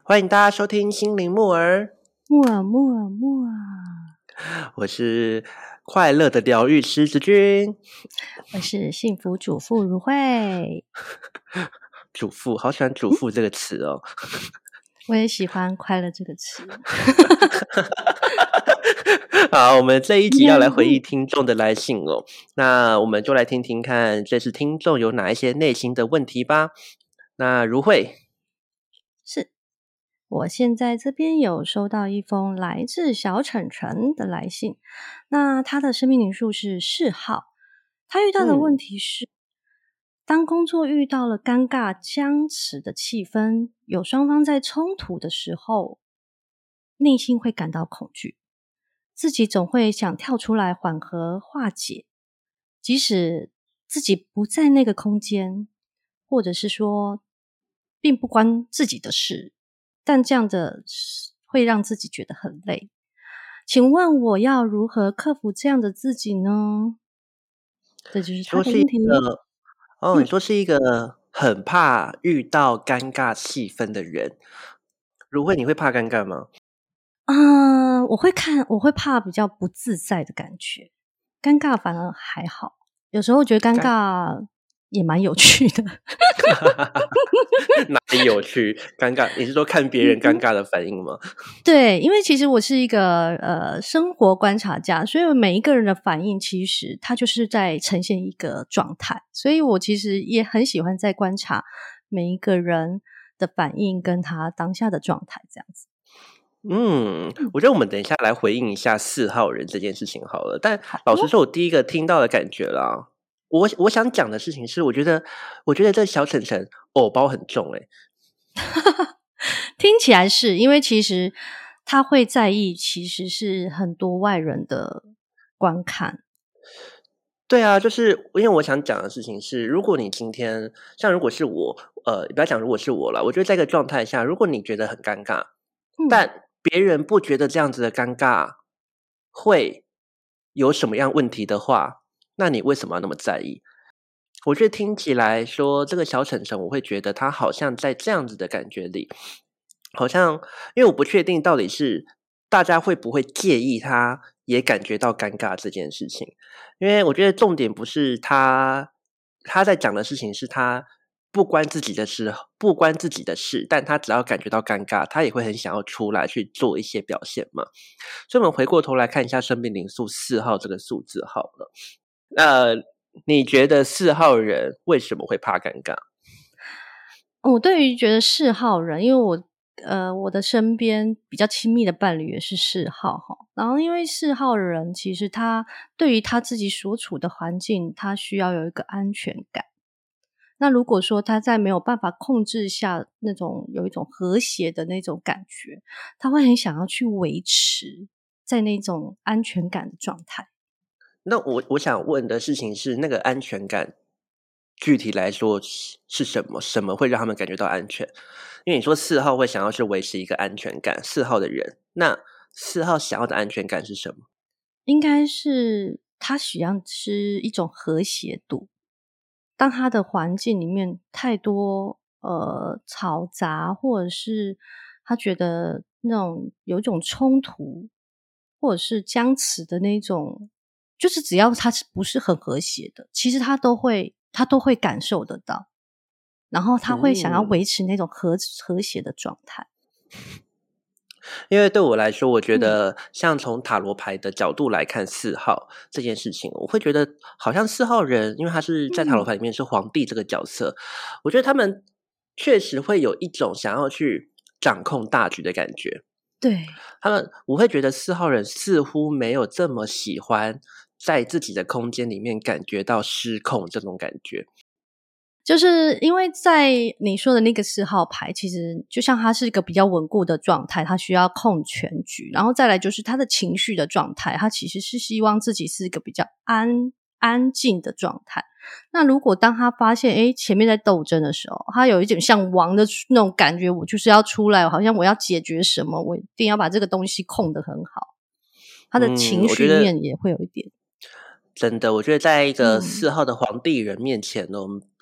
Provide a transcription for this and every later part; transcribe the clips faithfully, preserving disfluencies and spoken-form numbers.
欢迎大家收听心灵木儿， 木耳木耳木耳， 我是快乐的疗愈师子君， 我是幸福主妇如慧。 主妇，好喜欢主妇这个词哦。 我也喜欢快乐这个词。 好，我们这一集要来回忆听众的来信哦。那我们就来听听看，这次听众有哪一些内心的问题吧。那如慧， 是我现在这边有收到一封来自小晨晨的来信，那他的生命灵数是四号，他遇到的问题是、嗯、当工作遇到了尴尬僵持的气氛，有双方在冲突的时候，内心会感到恐惧，自己总会想跳出来缓和化解，即使自己不在那个空间，或者是说并不关自己的事，但这样的会让自己觉得很累。请问我要如何克服这样的自己呢？这就是他的问题。 哦，嗯、你说是一个很怕遇到尴尬气氛的人。如慧，你会怕尴尬吗？ 嗯、呃，我会看，我会怕比较不自在的感觉，尴尬反而还好。有时候觉得尴尬也蛮有趣的。 哪里有趣？尴尬？你是说看别人尴尬的反应吗？ 对，因为其实我是一个呃生活观察家，所以每一个人的反应其实他就是在呈现一个状态，所以我其实也很喜欢在观察每一个人的反应跟他当下的状态这样子。 嗯，我觉得我们等一下来回应一下四号人这件事情好了。但好老实说，我第一个听到的感觉啦，我我想讲的事情是，我觉得，我觉得这小晨晨偶包很重诶、欸。 听起来是因为其实他会在意，其实是很多外人的观看。 对啊，就是因为我想讲的事情是，如果你今天像如果是我，呃，不要讲如果是我啦，我觉得在一个状态下，如果你觉得很尴尬， 嗯， 但别人不觉得这样子的尴尬会有什么样问题的话，那你为什么要那么在意？我觉得听起来说这个小晨晨，我会觉得他好像在这样子的感觉里，好像因为我不确定到底是大家会不会介意他也感觉到尴尬这件事情，因为我觉得重点不是他他在讲的事情是他不关自己的事，不关自己的事，但他只要感觉到尴尬，他也会很想要出来去做一些表现嘛。所以我们回过头来看一下生命灵数四号这个数字好了，那你觉得四号人为什么会怕尴尬？ 我对于觉得四号人，因为我呃我的身边比较亲密的伴侣也是四号哈，然后因为四号人其实他对于他自己所处的环境，他需要有一个安全感。那如果说他在没有办法控制下那种有一种和谐的那种感觉，他会很想要去维持在那种安全感的状态。 那我我想问的事情是，那个安全感具体来说是什么？什么会让他们感觉到安全？因为你说四号会想要去维持一个安全感，四号的人，那四号想要的安全感是什么？ 应该是他需要是一种和谐度。当他的环境里面太多呃嘈杂，或者是他觉得那种有一种冲突，或者是僵持的那种，就是只要他是不是很和谐的，其实他都会他都会感受得到，然后他会想要维持那种和、嗯、和谐的状态。 因为对我来说，我觉嗯得像从塔罗牌的角度来看四号这件事情，我会觉得好像四号人，因为他是在塔罗牌里面是皇帝这个角色，我觉得他们确实会有一种想要去掌控大局的感觉。 对， 他们我会觉得四号人似乎没有这么喜欢在自己的空间里面感觉到失控这种感觉。 就是因为在你说的那个四号牌，其实就像它是一个比较稳固的状态，它需要控全局，然后再来就是他的情绪的状态，他其实是希望自己是一个比较安安静的状态。那如果当他发现诶前面在斗争的时候，他有一点像王的那种感觉，我就是要出来，好像我要解决什么，我一定要把这个东西控得很好，他的情绪面也会有一点、 嗯、真的，我觉得在一个嗯四号的皇帝人面前呢，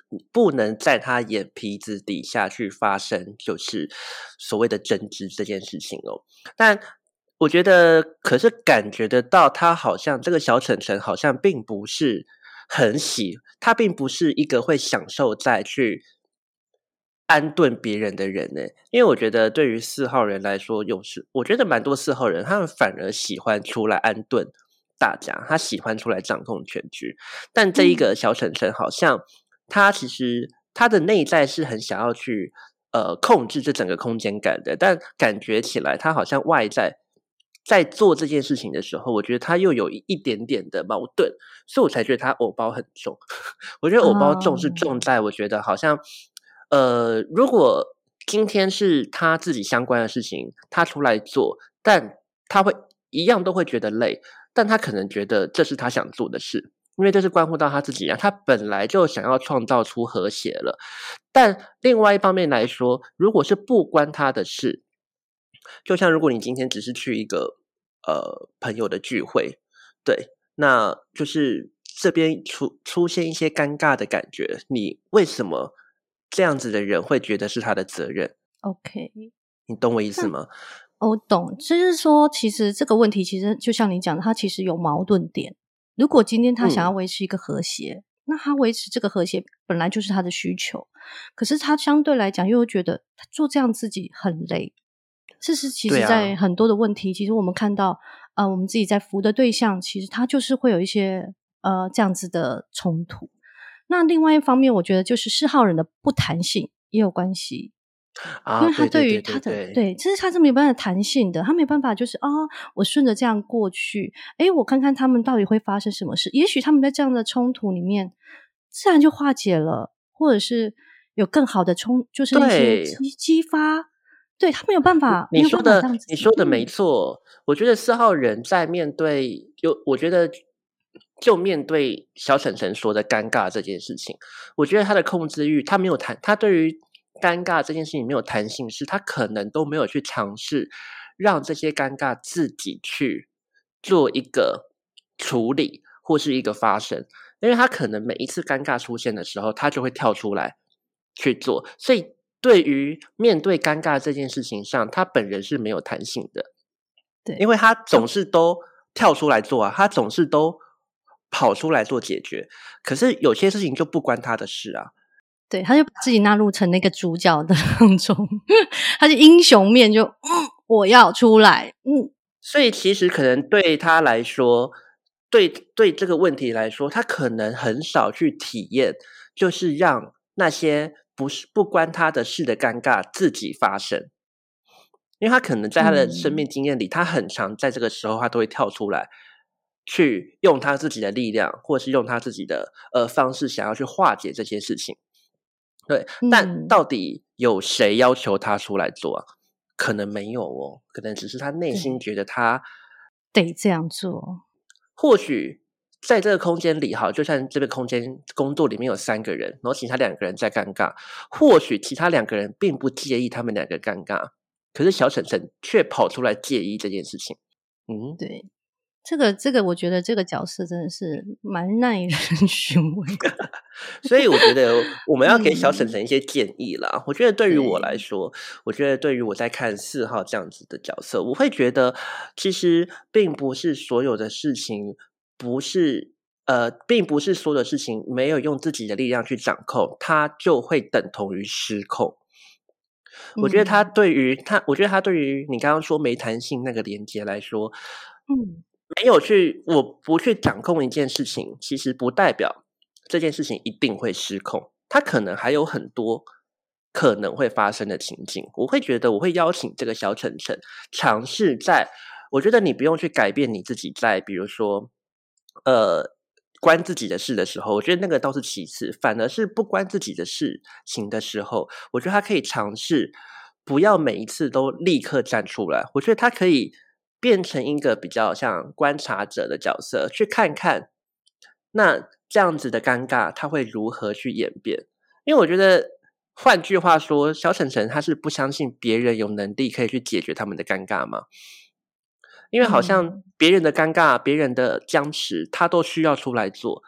不能在他眼皮子底下去发生就是所谓的争执这件事情哦。但我觉得可是感觉得到他好像这个小晨晨好像并不是很喜，他并不是一个会享受在去安顿别人的人呢。因为我觉得对于四号人来说，有时我觉得蛮多四号人他们反而喜欢出来安顿大家，他喜欢出来掌控全局。但这一个小晨晨好像他其实他的内在是很想要去呃控制这整个空间感的，但感觉起来他好像外在在做这件事情的时候，我觉得他又有一点点的矛盾，所以我才觉得他偶包很重。我觉得偶包重是重在我觉得好像呃，如果今天是他自己相关的事情，他出来做，但他会一样都会觉得累，但他可能觉得这是他想做的事，因为这是关乎到他自己啊，他本来就想要创造出和谐了。但另外一方面来说，如果是不关他的事，就像如果你今天只是去一个呃朋友的聚会，对，那就是这边出出现一些尴尬的感觉，你为什么这样子的人会觉得是他的责任？ OK， 你懂我意思吗？ 我懂，就是说，其实这个问题其实就像你讲的，它其实有矛盾点。如果今天他想要维持一个和谐，嗯、那他维持这个和谐本来就是他的需求，可是他相对来讲又觉得他做这样自己很累。事实其实在很多的问题，啊、其实我们看到，呃，我们自己在服务的对象，其实他就是会有一些呃这样子的冲突。那另外一方面，我觉得就是四号人的不弹性也有关系。 啊， 因为他对对对对于他的对对， 对，其实他是没有办法弹性的，他没有办法就是啊、哦，我顺着这样过去，诶，我看看他们到底会发生什么事，也许他们在这样的冲突里面自然就化解了，或者是有更好的冲就是一些对， 激激发，对，他没有办法没有你说的办法让自你说的没己嗯， 错。我觉得四号人在面对就我觉得就面对小晨晨说的尴尬这件事情，我觉得他的控制欲他没有弹，他对于尴尬这件事情没有弹性，是他可能都没有去尝试让这些尴尬自己去做一个处理或是一个发生。因为他可能每一次尴尬出现的时候，他就会跳出来去做，所以对于面对尴尬这件事情上，他本人是没有弹性的， 对， 因为他总是都跳出来做啊，他总是都跑出来做解决，可是有些事情就不关他的事啊。 对，他就把自己纳入成那个主角的当中，他就英雄面就嗯，我要出来，嗯， 所以其实可能对他来说，对对这个问题来说，他可能很少去体验，就是让那些不是不关他的事的尴尬自己发生。因为他可能在他的生命嗯， 经验里，他很常在这个时候，他都会跳出来，去用他自己的力量，或是用他自己的呃方式，想要去化解这些事情。对，但嗯， 到底有谁要求他出来做啊？可能没有哦，可能只是他内心对， 觉得他得这样做， 或许在这个空间里，哈，就像这个空间工作里面有三个人，然后其他两个人在尴尬，或许其他两个人并不介意他们两个尴尬，可是小晨晨却跑出来介意这件事情。嗯， 对。这个这个我觉得这个角色真的是蛮耐人寻味的。 所以我觉得我们要给小晨嗯， 晨一些建议啦。我觉得对于我来对， 说，我觉得对于我在看四号这样子的角色，我会觉得其实并不是所有的事情不是呃，并不是所有的事情没有用自己的力量去掌控，它就会等同于失控。我觉得他嗯， 对于他，我觉得他对于你刚刚说没弹性那个连接来说， 嗯， 没有去，我不去掌控一件事情，其实不代表这件事情一定会失控，它可能还有很多可能会发生的情境。我会觉得，我会邀请这个小晨晨尝试在，我觉得你不用去改变你自己在，比如说，呃，关自己的事的时候，我觉得那个倒是其次，反而是不关自己的事情的时候，我觉得他可以尝试不要每一次都立刻站出来，我觉得他可以变成一个比较像观察者的角色，去看看那这样子的尴尬他会如何去演变。因为我觉得换句话说，小晨晨他是不相信别人有能力可以去解决他们的尴尬吗？因为好像嗯， 别人的尴尬、别人的僵持，他都需要出来做。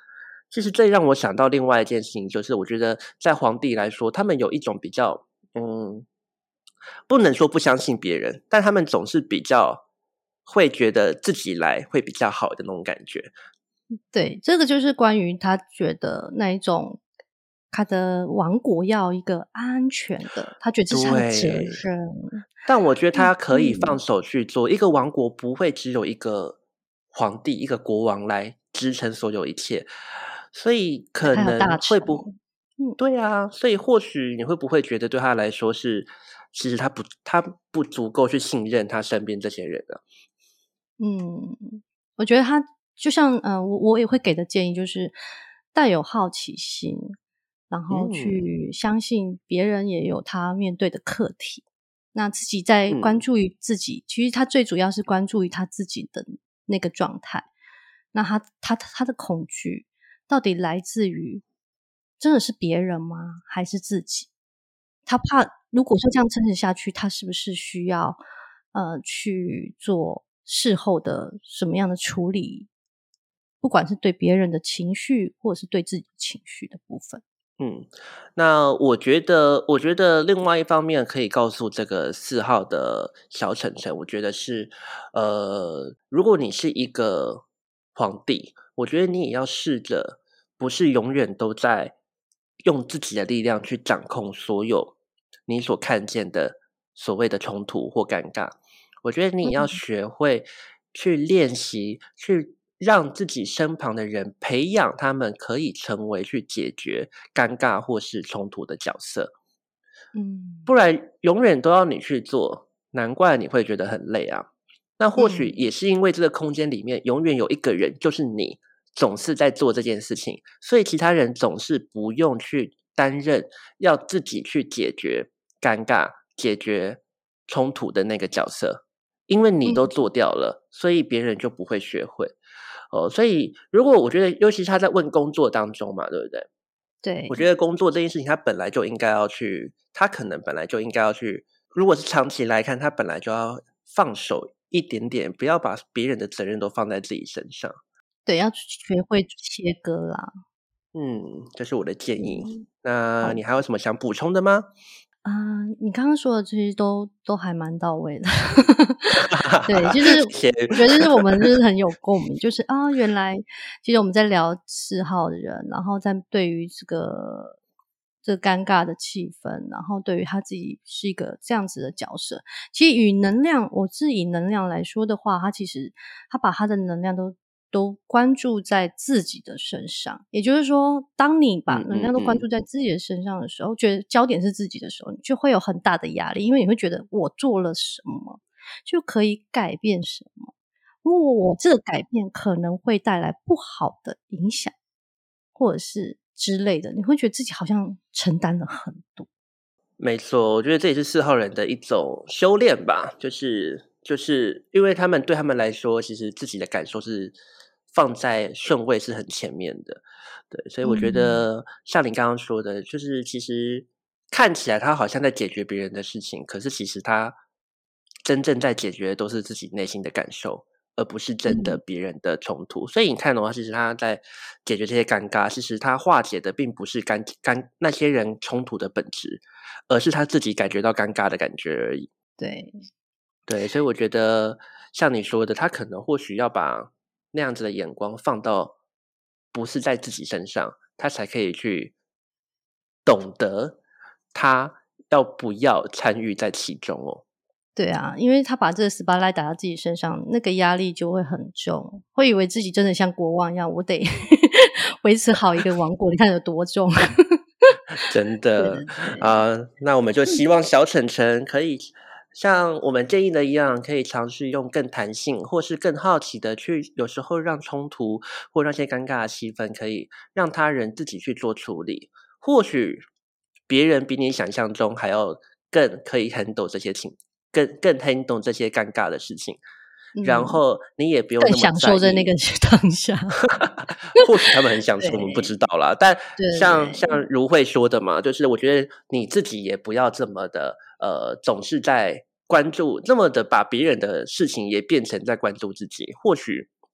其实这让我想到另外一件事情，就是我觉得在皇帝来说，他们有一种比较，嗯，不能说不相信别人，但他们总是比较会觉得自己来会比较好的那种感觉。 对，这个就是关于他觉得那一种他的王国要一个安全的，他觉得这是他的责对， 任。 但我觉得他可以放嗯， 手去做，一个王国不会只有一个皇帝、一个国王来支撑所有一切，所以可还有大臣， 能会不嗯对啊，所以或许你会不会觉得对他来说是，其实他不他不足够去信任他身边这些人啊。 嗯，我觉得他就像呃，我我也会给的建议就是带有好奇心，然后嗯去相信别人也有他面对的课题。那自己在关嗯注于自己，其实他最主要是关注于他自己的那个状态。那他他他的恐惧到底来自于真的是别人吗？还是自己？他怕如果说这样撑持下去，他是不是需要呃去做事后的什么样的处理？不管是对别人的情绪，或者是对自己的情绪的部分。 嗯，那我觉得，我觉得另外一方面可以告诉这个四号的小晨晨，我觉得是，呃，如果你是一个皇帝，我觉得你也要试着，不是永远都在用自己的力量去掌控所有你所看见的所谓的冲突或尴尬。我觉得你也要嗯学会去练习，去让自己身旁的人培养他们可以成为去解决尴尬或是冲突的角色， 嗯不然永远都要你去做，难怪你会觉得很累啊。那或许嗯也是因为这个空间里面永远有一个人，就是你，总是在做这件事情，所以其他人总是不用去担任要自己去解决尴尬、解决冲突的那个角色，因为你都嗯， 做掉了，所以别人就不会学会。哦，所以如果我觉得，尤其是他在问工作当中嘛，对不对？我觉对， 得工作这件事情，他本来就应该要去，他可能本来就应该要去。如果是长期来看，他本来就要放手一点点，不要把别人的责任都放在自己身上。 对，要学会切割啦。 嗯，这是我的建议。 嗯，好。 那你还有什么想补充的吗？ 啊，你刚刚说的这些都都还蛮到位的。对，就是谢谢。 我觉得就是我们就是很有共鸣，就是啊，原来其实我们在聊四号的人，然后在对于这个这个尴尬的气氛，然后对于他自己是一个这样子的角色，其实以能量，我是以能量来说的话，他其实他把他的能量都都关注在自己的身上。也就是说，当你把嗯能量都关嗯嗯， 注在自己的身上的时候，觉得焦点是自己的时候，你就会有很大的压力，因为你会觉得我做了什么就可以改变什么。如果我这个改变可能会带来不好的影响，或者是之类的，你会觉得自己好像承担了很多。 没错，我觉得这也是四号人的一种修炼吧，就是就是因为他们对他们来说，其实自己的感受是放在顺位是很前面的，对，所以我觉嗯， 得像你刚刚说的，就是其实看起来他好像在解决别人的事情，可是其实他真正在解决的都是自己内心的感受，而不是真的嗯， 别人的冲突。所以你看的话，其实他在解决这些尴尬，其实他化解的并不是尴尴那些人冲突的本质，而是他自己感觉到尴尬的感觉而已。 对， 对，所以我觉得像你说的，他可能或许要把那样子的眼光放到不是在自己身上，他才可以去懂得他要不要参与在其中哦。 对啊，因为他把这个 spotlight 打到自己身上，那个压力就会很重，会以为自己真的像国王一样，我得维持好一个王国，你看有多重。 真对对的对， 啊、那我们就希望小晨晨可以像我们建议的一样，可以尝试用更弹性或是更好奇的去，有时候让冲突或让一些尴尬的气氛，可以让他人自己去做处理。或许别人比你想象中还要更可以 handle 这些情，更更 handle 这些尴尬的事情，然嗯， 后你也不用那么更享在意。 受在那个当下。 或许他们很享受，我们不对， 知道啦。但对像像对， 如慧说的嘛，就是我觉得你自己也不要这么的呃，总是在关注，那么的把别人的事情也变成在关注自己。或许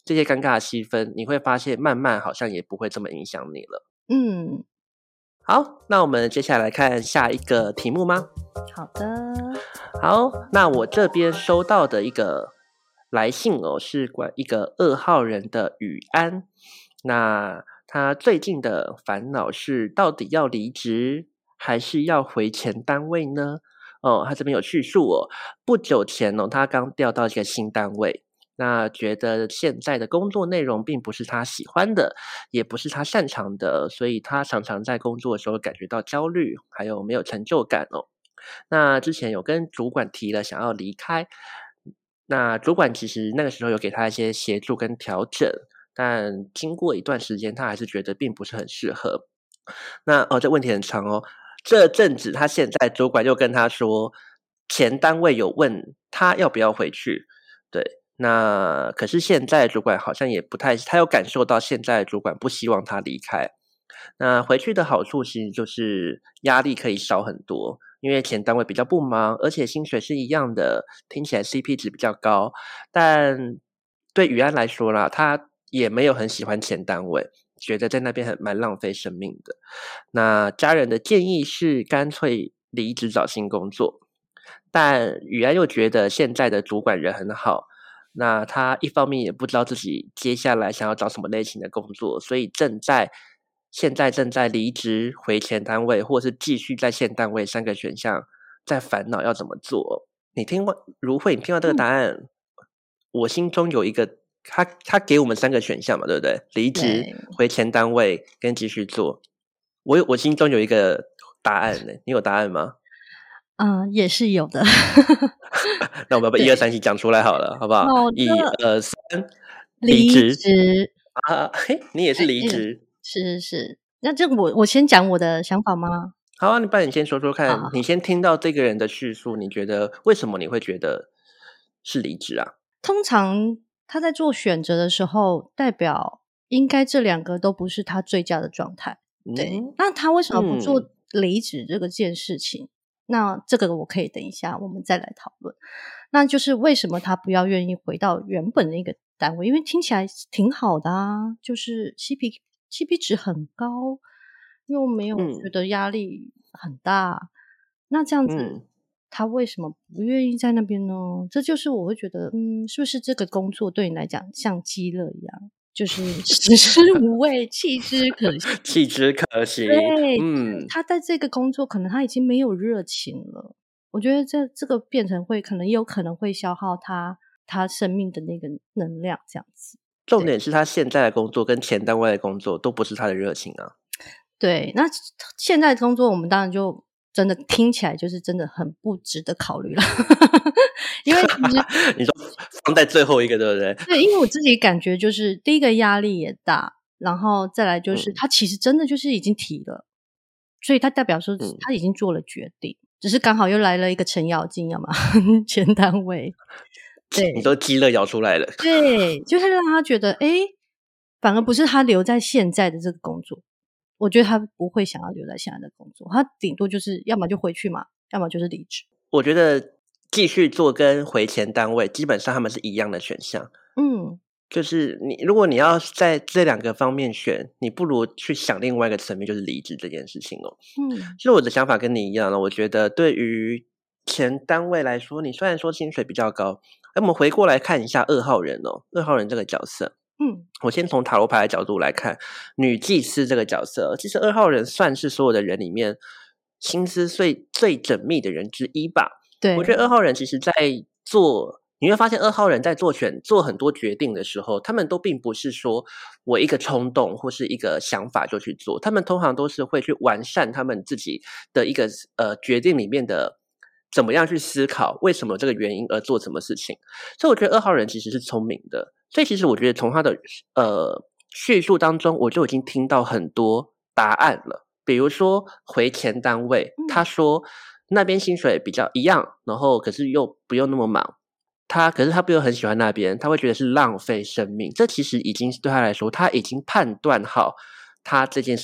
这些尴尬的气氛，你会发现慢慢好像也不会这么影响你了。 嗯， 好，那我们接下来看下一个题目吗？ 好的。 好，那我这边收到的一个来信哦，是关一个二号人的雨安。那他最近的烦恼是，到底要离职还是要回前单位呢？哦，他这边有叙述哦，不久前哦，他刚调到一个新单位，那觉得现在的工作内容并不是他喜欢的，也不是他擅长的，所以他常常在工作的时候感觉到焦虑，还有没有成就感哦。那之前有跟主管提了想要离开，那主管其实那个时候有给他一些协助跟调整，但经过一段时间，他还是觉得并不是很适合。那哦，这问题很长哦。这阵子他现在主管又跟他说，前单位有问他要不要回去，对，那可是现在主管好像也不太，他有感受到现在主管不希望他离开。那回去的好处其实就是压力可以少很多，因为前单位比较不忙，而且薪水是一样的，听起来 C P 值比较高。但对雨安来说啦，他也没有很喜欢前单位，觉得在那边很蛮浪费生命的。那家人的建议是干脆离职找新工作，但雨安又觉得现在的主管人很好，那他一方面也不知道自己接下来想要找什么类型的工作，所以正在现在正在离职回前单位，或是继续在现单位三个选项在烦恼要怎么做。你听过如慧，你听到这个答案，嗯、我心中有一个他他给我们三个选项嘛，对不对？离职回前单位跟继续做。我有我心中有一个答案呢，你有答案吗？ 嗯、呃，也是有的。 那我们把一二三起讲出来好了，好不好？一二三， 离职职啊！嘿，你也是离职？ 是是是。那这我我先讲我的想法吗？ 好啊，你不然你先说说看，好好你先听到这个人的叙述，你觉得为什么你会觉得是离职啊？ 通常他在做选择的时候，代表应该这两个都不是他最佳的状态。对，嗯、那他为什么不做离职这个件事情？嗯、那这个我可以等一下我们再来讨论。那就是为什么他不要愿意回到原本的一个单位？因为听起来挺好的啊，就是 C P C P 值很高，又没有觉得压力很大。嗯、那这样子。嗯他为什么不愿意在那边呢？这就是我会觉得，嗯，是不是这个工作对你来讲像鸡肋一样，就是食之无味，弃之可惜， 弃之可惜。 对， 嗯， 他在这个工作可能他已经没有热情了。我觉得这这个变成会，可能也有可能会消耗他他生命的那个能量，这样子。 重点是他现在的工作跟前单位的工作都不是他的热情啊。 对，那现在的工作我们当然就。真的听起来就是真的很不值得考虑了，因为其实你说放在最后一个，对不对？ 对，因为我自己感觉就是第一个压力也大，然后再来就是、嗯、他其实真的就是已经提了，所以他代表说他已经做了决定，嗯、只是刚好又来了一个程咬金，要吗？前单位，对， 你都鸡肋咬出来了， 对，就是让他觉得，哎，反而不是他留在现在的这个工作。我觉得他不会想要留在现在的工作，他顶多就是要么就回去嘛，要么就是离职。 我觉得继续做跟回前单位基本上他们是一样的选项。嗯，就是你如果你要在这两个方面选，你不如去想另外一个层面，就是离职这件事情哦。嗯，其实我的想法跟你一样了，我觉得对于前单位来说，你虽然说薪水比较高，那我们回过来看一下二号人哦，二号人这个角色。嗯，我先从塔罗牌的角度来看，女祭司这个角色，其实二号人算是所有的人里面心思最最缜密的人之一吧。对，我觉得二号人其实在做，你会发现二号人在做选做很多决定的时候，他们都并不是说我一个冲动或是一个想法就去做，他们通常都是会去完善他们自己的一个呃决定里面的怎么样去思考为什么这个原因而做什么事情。所以我觉得二号人其实是聪明的。所以其实我觉得从他的呃叙述当中，我就已经听到很多答案了。比如说回前单位，他说那边薪水比较一样，然后可是又不用那么忙。他可是他不又很喜欢那边，他会觉得是浪费生命。这其实已经对他来说，他已经判断好他这件事情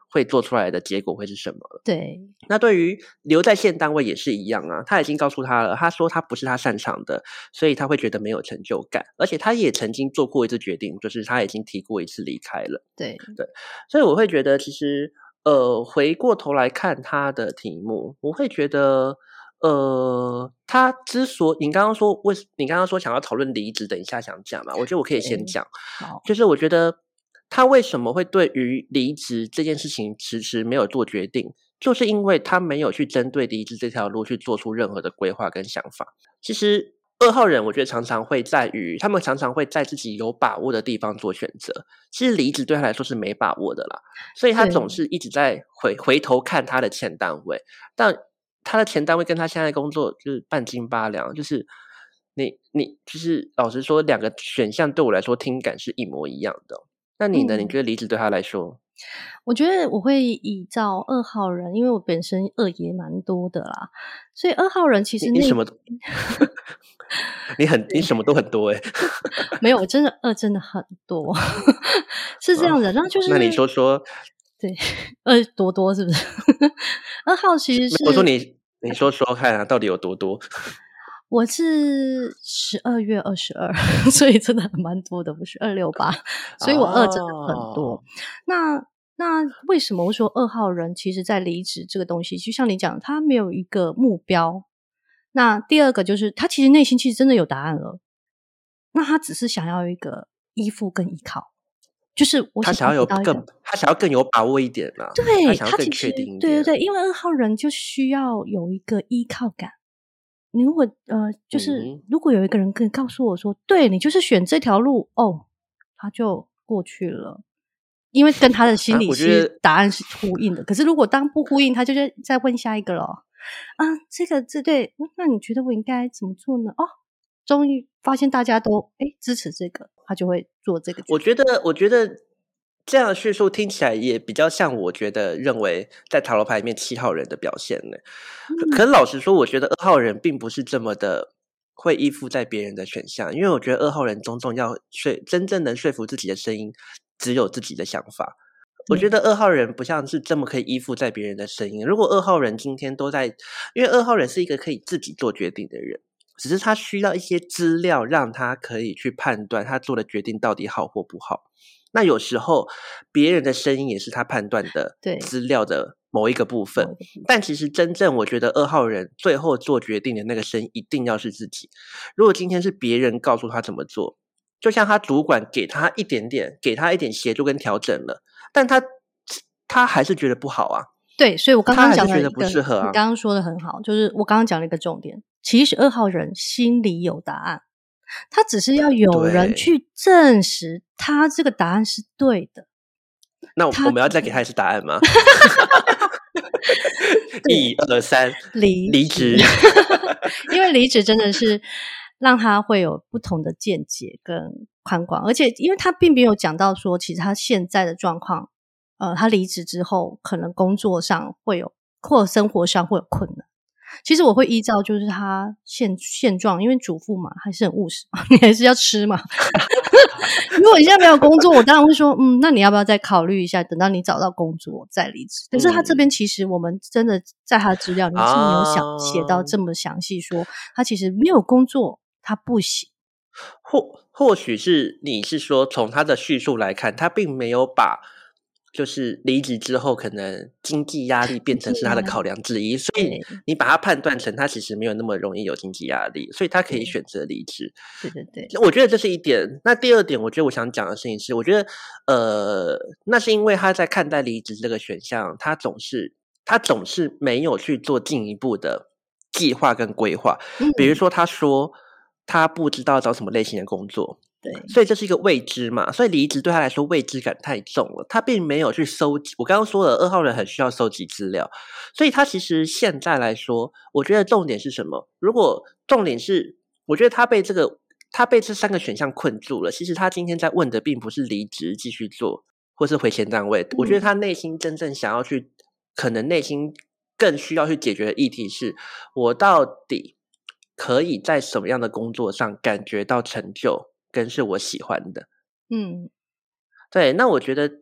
会做出来的结果会是什么了。 对， 那对于留在现单位也是一样啊，他已经告诉他了，他说他不是他擅长的，所以他会觉得没有成就感，而且他也曾经做过一次决定，就是他已经提过一次离开了。 对对，所以我会觉得其实呃，回过头来看他的题目，我会觉得呃，他之所以你刚刚说为你刚刚说想要讨论离职，等一下想讲嘛，我觉得我可以先讲，就是我觉得他为什么会对于离职这件事情迟迟没有做决定，就是因为他没有去针对离职这条路去做出任何的规划跟想法。其实二号人我觉得常常会在于他们常常会在自己有把握的地方做选择，其实离职对他来说是没把握的啦，所以他总是一直在回回头看他的前单位，但他的前单位跟他现在工作就是半斤八两，就是你你就是老实说，两个选项对我来说听感是一模一样的。那你呢？ 嗯、 你觉得离职对他来说？ 我觉得我会依照二号人，因为我本身二也蛮多的啦，所以二号人其实你, 你什么都你很你什么都很多欸没有，我真的二真的很多是这样的，那就是那你说说， 对，二多多是不是？二号其实是我说你你说说看啊，到底有多多？ 我是十二月二十二，所以真的还蛮多的，不是二六八，所以我二真的很多。 哦、 那那为什么我说二号人其实在离职这个东西，就像你讲，他没有一个目标。那第二个就是他其实内心其实真的有答案了，那他只是想要一个依附跟依靠，就是我他想要有更他想要更有把握一点啦， 对， 他想要更确定一点。 对对对，因为二号人就需要有一个依靠感。你如果呃，就是、嗯、如果有一个人跟告诉我说，对你就是选这条路哦，他就过去了，因为跟他的心理其实答案是呼应的。啊、可是如果当不呼应，他就再问下一个了啊，这个这对，那你觉得我应该怎么做呢？哦，终于发现大家都哎支持这个，他就会做这个决定。 我觉得，我觉得。这样的叙述听起来也比较像我觉得认为在塔罗牌里面七号人的表现呢。嗯、可是老实说，我觉得二号人并不是这么的会依附在别人的选项，因为我觉得二号人终究要说真正能说服自己的声音，只有自己的想法。我觉得二号人不像是这么可以依附在别人的声音。如果二号人今天都在，因为二号人是一个可以自己做决定的人，只是他需要一些资料让他可以去判断他做的决定到底好或不好。那有时候别人的声音也是他判断的资料的某一个部分，但其实真正我觉得二号人最后做决定的那个声音一定要是自己。如果今天是别人告诉他怎么做，就像他主管给他一点点给他一点协助跟调整了，但他他还是觉得不好啊。 对，所以我刚刚讲的他还是觉得不适合啊。 你刚刚说的很好，就是我刚刚讲了一个重点，其实二号人心里有答案，他只是要有人去证实他这个答案是对的。 那我们要再给他一次答案吗？一二三，离离职。 因为离职真的是让他会有不同的见解跟宽广，而且因为他并没有讲到说，其实他现在的状况，呃，他离职之后可能工作上会有，或者生活上会有困难。其实我会依照就是他现现状，因为主妇嘛还是很务实嘛，你还是要吃嘛。如果你现在没有工作，我当然会说，嗯，那你要不要再考虑一下，等到你找到工作再离职。可是他这边其实我们真的在他的资料里面是没有想写到这么详细说，说他其实没有工作，他不行。 或或许是你是说从他的叙述来看，他并没有把。就是离职之后可能经济压力变成是他的考量之一，所以你把它判断成他其实没有那么容易有经济压力，所以他可以选择离职。 对对对， 我觉得这是一点。那第二点我觉得我想讲的事情是，我觉得呃，那是因为他在看待离职这个选项，他总是他总是没有去做进一步的计划跟规划。嗯、比如说他说他不知道找什么类型的工作， 对， 所以这是一个未知嘛，所以离职对他来说未知感太重了，他并没有去收集。我刚刚说了，二号人很需要收集资料，所以他其实现在来说，我觉得重点是什么？如果重点是，我觉得他被这个他被这三个选项困住了。其实他今天在问的并不是离职继续做，或是回前单位。嗯、我觉得他内心真正想要去，可能内心更需要去解决的议题是：我到底可以在什么样的工作上感觉到成就？跟是我喜欢的。 嗯， 对，那我觉得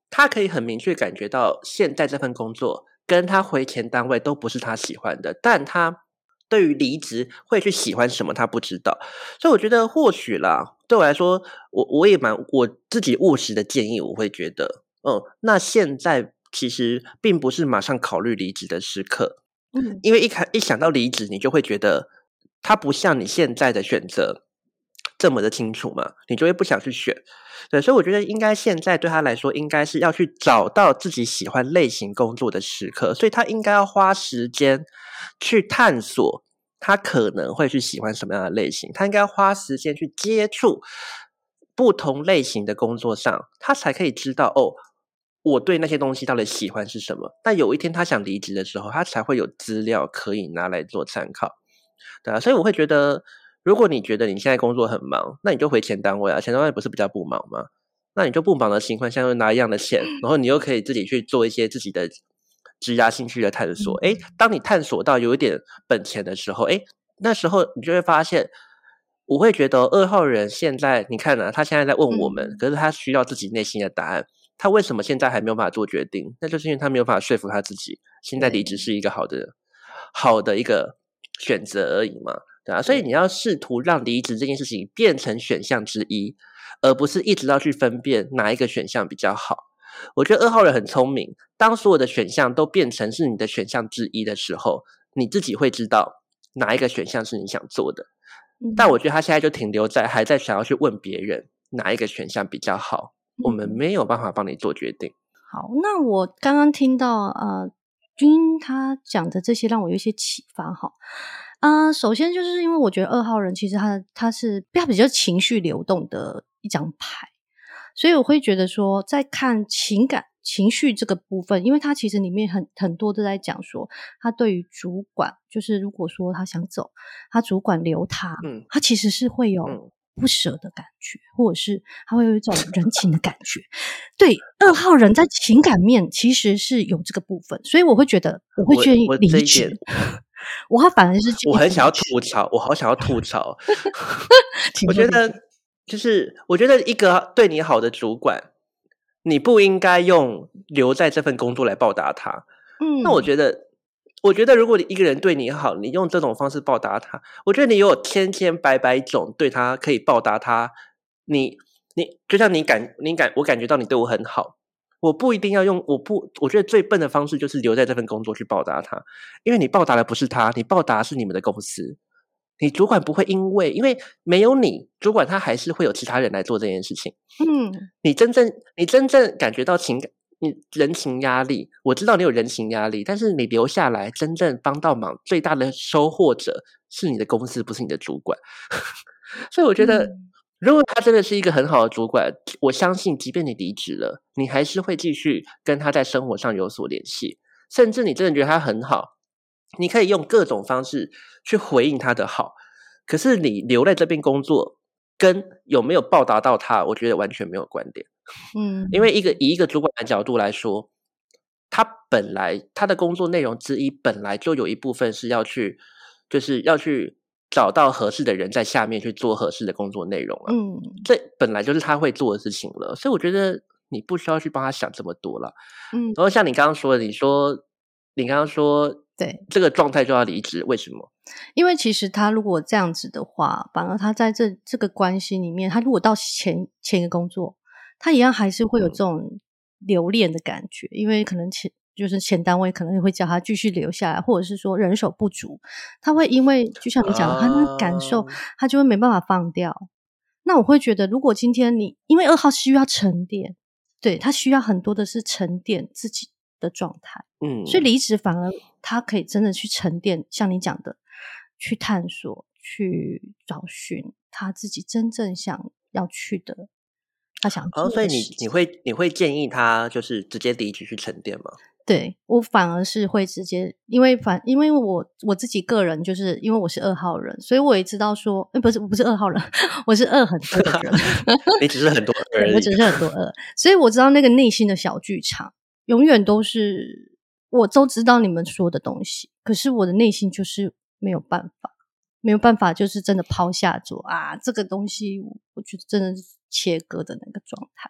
他可以很明确感觉到现在这份工作跟他回前单位都不是他喜欢的，但他对于离职会去喜欢什么他不知道。所以我觉得或许啦，对我来说，我我也蛮我自己务实的建议，我会觉得嗯，那现在其实并不是马上考虑离职的时刻。 嗯， 因为一开一想到离职，你就会觉得它不像你现在的选择这么的清楚嘛，你就会不想去选。对，所以我觉得应该现在对他来说，应该是要去找到自己喜欢类型工作的时刻，所以他应该要花时间去探索他可能会去喜欢什么样的类型，他应该要花时间去接触不同类型的工作上，他才可以知道哦，我对那些东西到底喜欢是什么。但有一天他想离职的时候，他才会有资料可以拿来做参考。对啊，所以我会觉得，如果你觉得你现在工作很忙，那你就回前单位啊，前单位不是比较不忙吗？那你就不忙的情况下，又拿一样的钱，然后你又可以自己去做一些自己的职涯兴趣的探索。诶，当你探索到有一点本钱的时候，诶，那时候你就会发现，我会觉得二号人现在你看啊，他现在在问我们， 嗯可是他需要自己内心的答案。他为什么现在还没有办法做决定？那就是因为他没有办法说服他自己，现在离职是一个好的、好的一个选择而已嘛，对啊。所以你要试图让离职这件事情变成选项之一，而不是一直要去分辨哪一个选项比较好。我觉得二号人很聪明，当所有的选项都变成是你的选项之一的时候，你自己会知道哪一个选项是你想做的。但我觉得他现在就停留在还在想要去问别人哪一个选项比较好，我们没有办法帮你做决定。 好，那我刚刚听到呃君他讲的这些让我有一些启发哈。啊、呃，首先就是因为我觉得二号人其实他他是他比较情绪流动的一张牌，所以我会觉得说，在看情感情绪这个部分，因为他其实里面很很多都在讲说，他对于主管，就是如果说他想走，他主管留他， 嗯他其实是会有嗯， 不舍的感觉，或者是他会有一种人情的感觉。对，二号人在情感面其实是有这个部分，所以我会觉得我会我建议我离职。 这一点我反而是建议我很想要不离职。 吐槽，我好想要吐槽。 请说， 我觉得请说。 就是我觉得一个对你好的主管，你不应该用留在这份工作来报答他。那我嗯觉得，我觉得如果你一个人对你好，你用这种方式报答他，我觉得你有千千百百种对他可以报答他。你你就像你感你感我感觉到你对我很好，我不一定要用我不我觉得最笨的方式就是留在这份工作去报答他，因为你报答的不是他，你报答的是你们的公司。你主管不会因为因为没有你，主管他还是会有其他人来做这件事情。 嗯你真正你真正感觉到情感，你人情压力，我知道你有人情压力，但是你留下来真正帮到忙，最大的收获者是你的公司，不是你的主管。所以我觉得， 嗯如果他真的是一个很好的主管，我相信，即便你离职了，你还是会继续跟他在生活上有所联系，甚至你真的觉得他很好，你可以用各种方式去回应他的好。可是你留在这边工作，跟有没有报答到他，我觉得完全没有关联。因嗯为一个以一个主管的角度来说，他本来他的工作内容之一本来就有一部分是要去，就是要去找到合适的人在下面去做合适的工作内容啊， 嗯这本来就是他会做的事情了，所以我觉得你不需要去帮他想这么多了。 嗯， 然后像你刚刚说的，你说你刚刚说对。 这个状态就要离职，为什么？ 因为其实他如果这样子的话，反而他在这这个关系里面，他如果到前前一个工作，他一样还是会有这嗯种留恋的感觉，因为可能前就是前单位可能会叫他继续留下来，或者是说人手不足，他会因为就像你讲的，他那个感受， 啊， 他就会没办法放掉。那我会觉得，如果今天你因为二号需要沉淀，对，他需要很多的是沉淀自己的状态。所以嗯。 离职反而他可以真的去沉淀，像你讲的，去探索、去找寻他自己真正想要去的，他想哦， 做所以的事情。 你你会你会建议他就是直接离职去沉淀吗？ 对，我反而是会直接，因为反因为我我自己个人就是因为我是二号人，所以我也知道说，诶不是我不是二号人，我是二很多的人。 你只是很多对， 而已。 我只是很多二，所以我知道那个内心的小剧场，永远都是我都知道你们说的东西，可是我的内心就是没有办法，没有办法，就是真的抛下说啊，这个东西我觉得真的是切割的那个状态。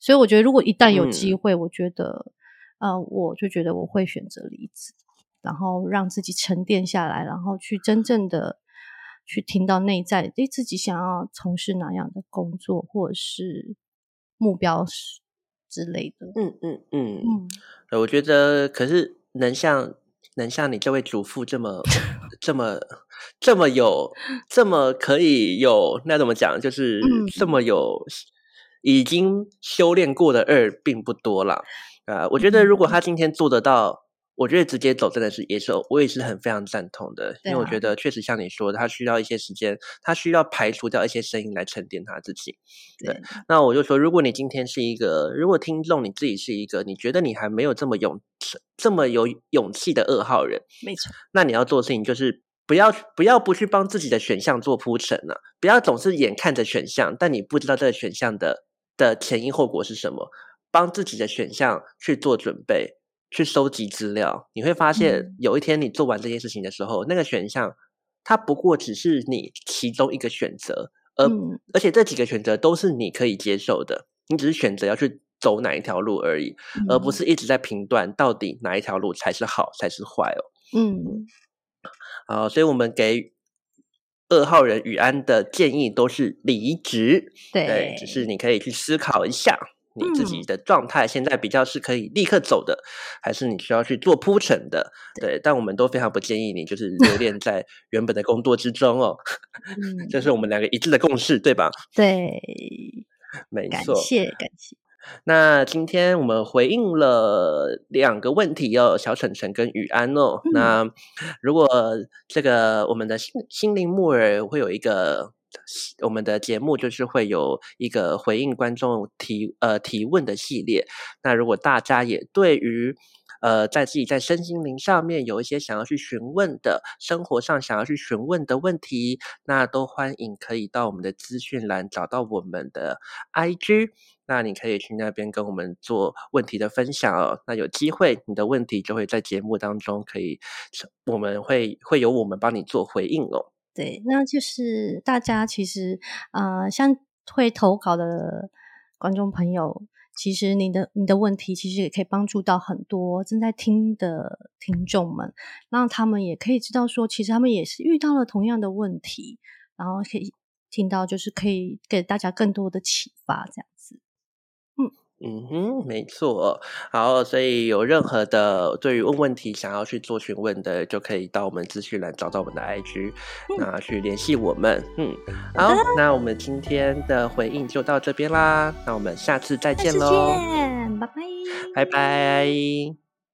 所以我觉得如果一旦有机嗯会，我觉得呃，我就觉得我会选择离职，然后让自己沉淀下来，然后去真正的去听到内在，诶，自己想要从事哪样的工作，或者是目标是之类的。 嗯嗯嗯， 嗯， 呃我觉得可是能像能像你这位主妇这么这么这么有这么可以有那怎么讲，就是这嗯， 么有已经修炼过的二并不多啦。啊，我觉得如果嗯， 他今天做得到，我觉得直接走真的是也是我也是很非常赞同的， 对啊， 因为我觉得确实像你说的，他需要一些时间，他需要排除掉一些声音来沉淀他自己。对， 对， 那我就说，如果你今天是一个，如果听众你自己是一个，你觉得你还没有这么勇这么有勇气的二号人， 没错， 那你要做的事情就是不要不要不去帮自己的选项做铺陈了、不要总是眼看着选项，但你不知道这个选项的的前因后果是什么，帮自己的选项去做准备，去收集资料，你会发现嗯， 有一天你做完这件事情的时候，那个选项它不过只是你其中一个选择，而嗯， 而且这几个选择都是你可以接受的，你只是选择要去走哪一条路而已，而不嗯， 是一直在评断到底哪一条路才是好才是坏哦。 嗯， 好，所以我们给二号人宇安的建议都是离职，对，只是对， 你可以去思考一下，你自己嗯， 的状态现在比较是可以立刻走的，还是你需要去做铺陈的？ 对， 对，但我们都非常不建议你就是留恋在原本的工作之中哦，这是我嗯， 们两个一致的共识，对吧？ 对，感没错。 谢感谢， 那今天我们回应了两个问题哦，小晨晨跟雨安哦。 嗯， 那如果这个我们的心心灵木耳会有一个我们的节目，就是会有一个回应观众提呃提问的系列。那如果大家也对于呃，在自己在身心灵上面有一些想要去询问的，生活上想要去询问的问题，那都欢迎可以到我们的资讯栏找到我们的 I G，那你可以去那边跟我们做问题的分享哦。那有机会你的问题就会在节目当中可以，我们会会由我们帮你做回应哦。 对，那就是大家其实呃，像会投稿的观众朋友，其实你的你的问题其实也可以帮助到很多正在听的听众们，让他们也可以知道说，其实他们也是遇到了同样的问题，然后可以听到就是可以给大家更多的启发这样子。嗯， 嗯哼，没错。好，所以有任何的对于问问题想要去做询问的，就可以到我们资讯栏找到我们的 I G， 嗯， 那去联系我们。嗯， 好的， 好，那我们今天的回应就到这边啦，那我们下次再下次见喽， 见，拜拜。 拜拜。